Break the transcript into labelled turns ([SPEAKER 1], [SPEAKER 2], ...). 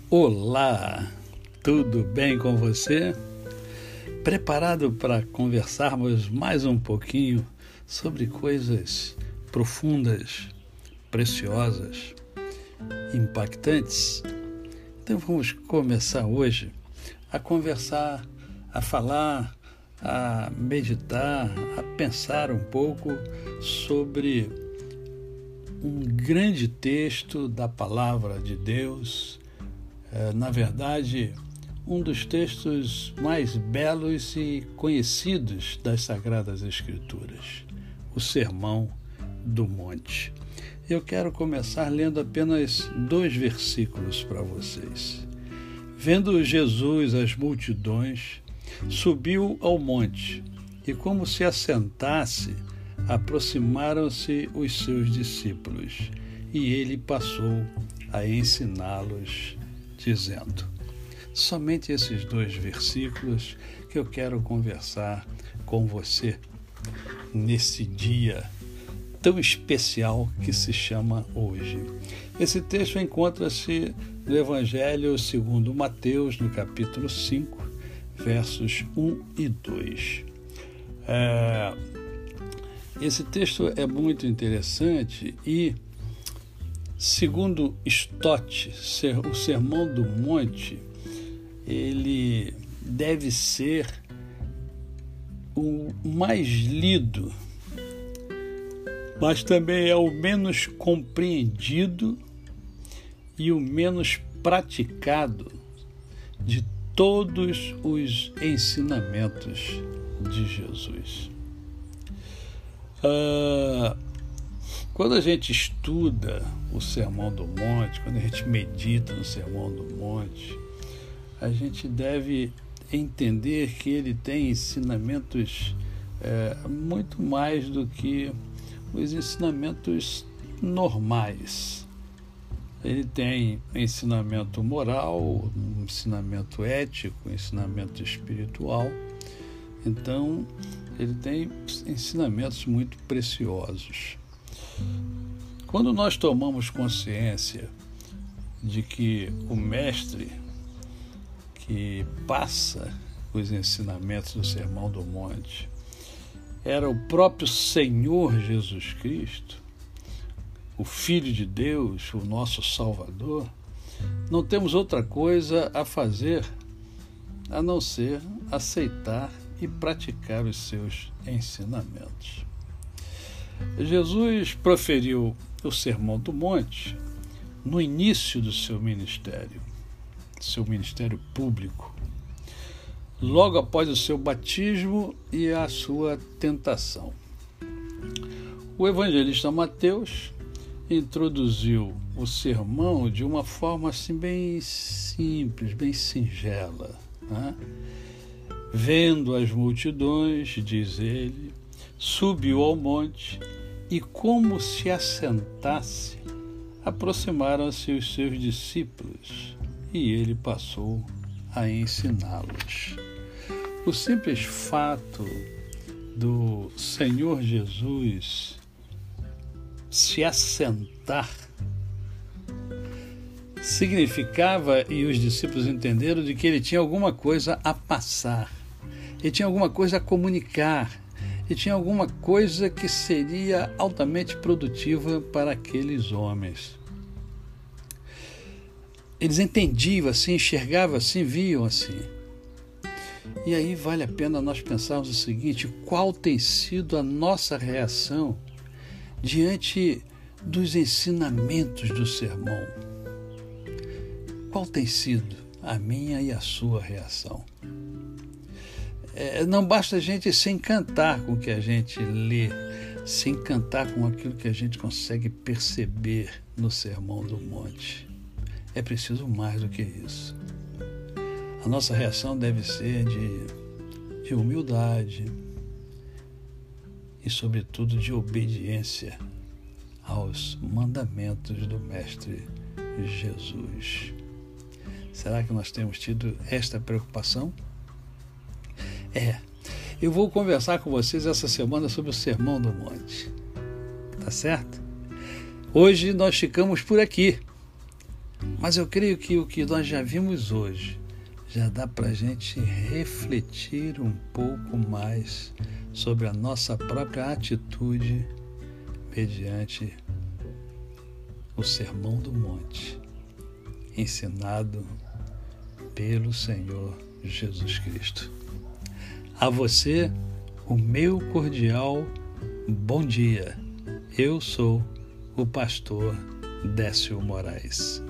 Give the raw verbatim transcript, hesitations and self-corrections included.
[SPEAKER 1] Olá, tudo bem com você? Preparado para conversarmos mais um pouquinho sobre coisas profundas, preciosas, impactantes? Então vamos começar hoje a conversar, a falar, a meditar, a pensar um pouco sobre um grande texto da Palavra de Deus. É, na verdade, um dos textos mais belos e conhecidos das Sagradas Escrituras, o Sermão do Monte. Eu quero começar lendo apenas dois versículos para vocês. Vendo Jesus as multidões, subiu ao monte, e como se assentasse, aproximaram-se os seus discípulos, e ele passou a ensiná-los, dizendo. Somente esses dois versículos que eu quero conversar com você nesse dia tão especial que se chama hoje. Esse texto encontra-se no Evangelho segundo Mateus, no capítulo cinco, versos um e dois. É, esse texto é muito interessante e, segundo Stott, o Sermão do Monte, ele deve ser o mais lido, mas também é o menos compreendido e o menos praticado de todos os ensinamentos de Jesus. Ah, quando a gente estuda o Sermão do Monte, quando a gente medita no Sermão do Monte, a gente deve entender que ele tem ensinamentos é, muito mais do que os ensinamentos normais. Ele tem ensinamento moral, ensinamento ético, ensinamento espiritual. Então, ele tem ensinamentos muito preciosos. Quando nós tomamos consciência de que o mestre que passa os ensinamentos do Sermão do Monte era o próprio Senhor Jesus Cristo, o Filho de Deus, o nosso Salvador, não temos outra coisa a fazer a não ser aceitar e praticar os seus ensinamentos. Jesus proferiu o Sermão do Monte no início do seu ministério, seu ministério público, logo após o seu batismo e a sua tentação. O evangelista Mateus introduziu o sermão de uma forma assim bem simples, bem singela, né? Vendo as multidões, diz ele, subiu ao monte e, como se assentasse, aproximaram-se os seus discípulos e ele passou a ensiná-los. O simples fato do Senhor Jesus se assentar significava, e os discípulos entenderam, de que ele tinha alguma coisa a passar, ele tinha alguma coisa a comunicar, ele tinha alguma coisa que seria altamente produtiva para aqueles homens. Eles entendiam assim, enxergavam assim, viam assim. E aí vale a pena nós pensarmos o seguinte: qual tem sido a nossa reação diante dos ensinamentos do sermão? Qual tem sido a minha e a sua reação? É, não basta a gente se encantar com o que a gente lê, se encantar com aquilo que a gente consegue perceber no Sermão do Monte. É preciso mais do que isso. A nossa reação deve ser de, de humildade e, sobretudo, de obediência aos mandamentos do Mestre Jesus. Será que nós temos tido esta preocupação? É, eu vou conversar com vocês essa semana sobre o Sermão do Monte. Tá certo? Hoje nós ficamos por aqui. Mas eu creio que o que nós já vimos hoje já dá para a gente refletir um pouco mais sobre a nossa própria atitude mediante o Sermão do Monte, ensinado pelo Senhor Jesus Cristo. A você, o meu cordial bom dia. Eu sou o pastor Décio Moraes.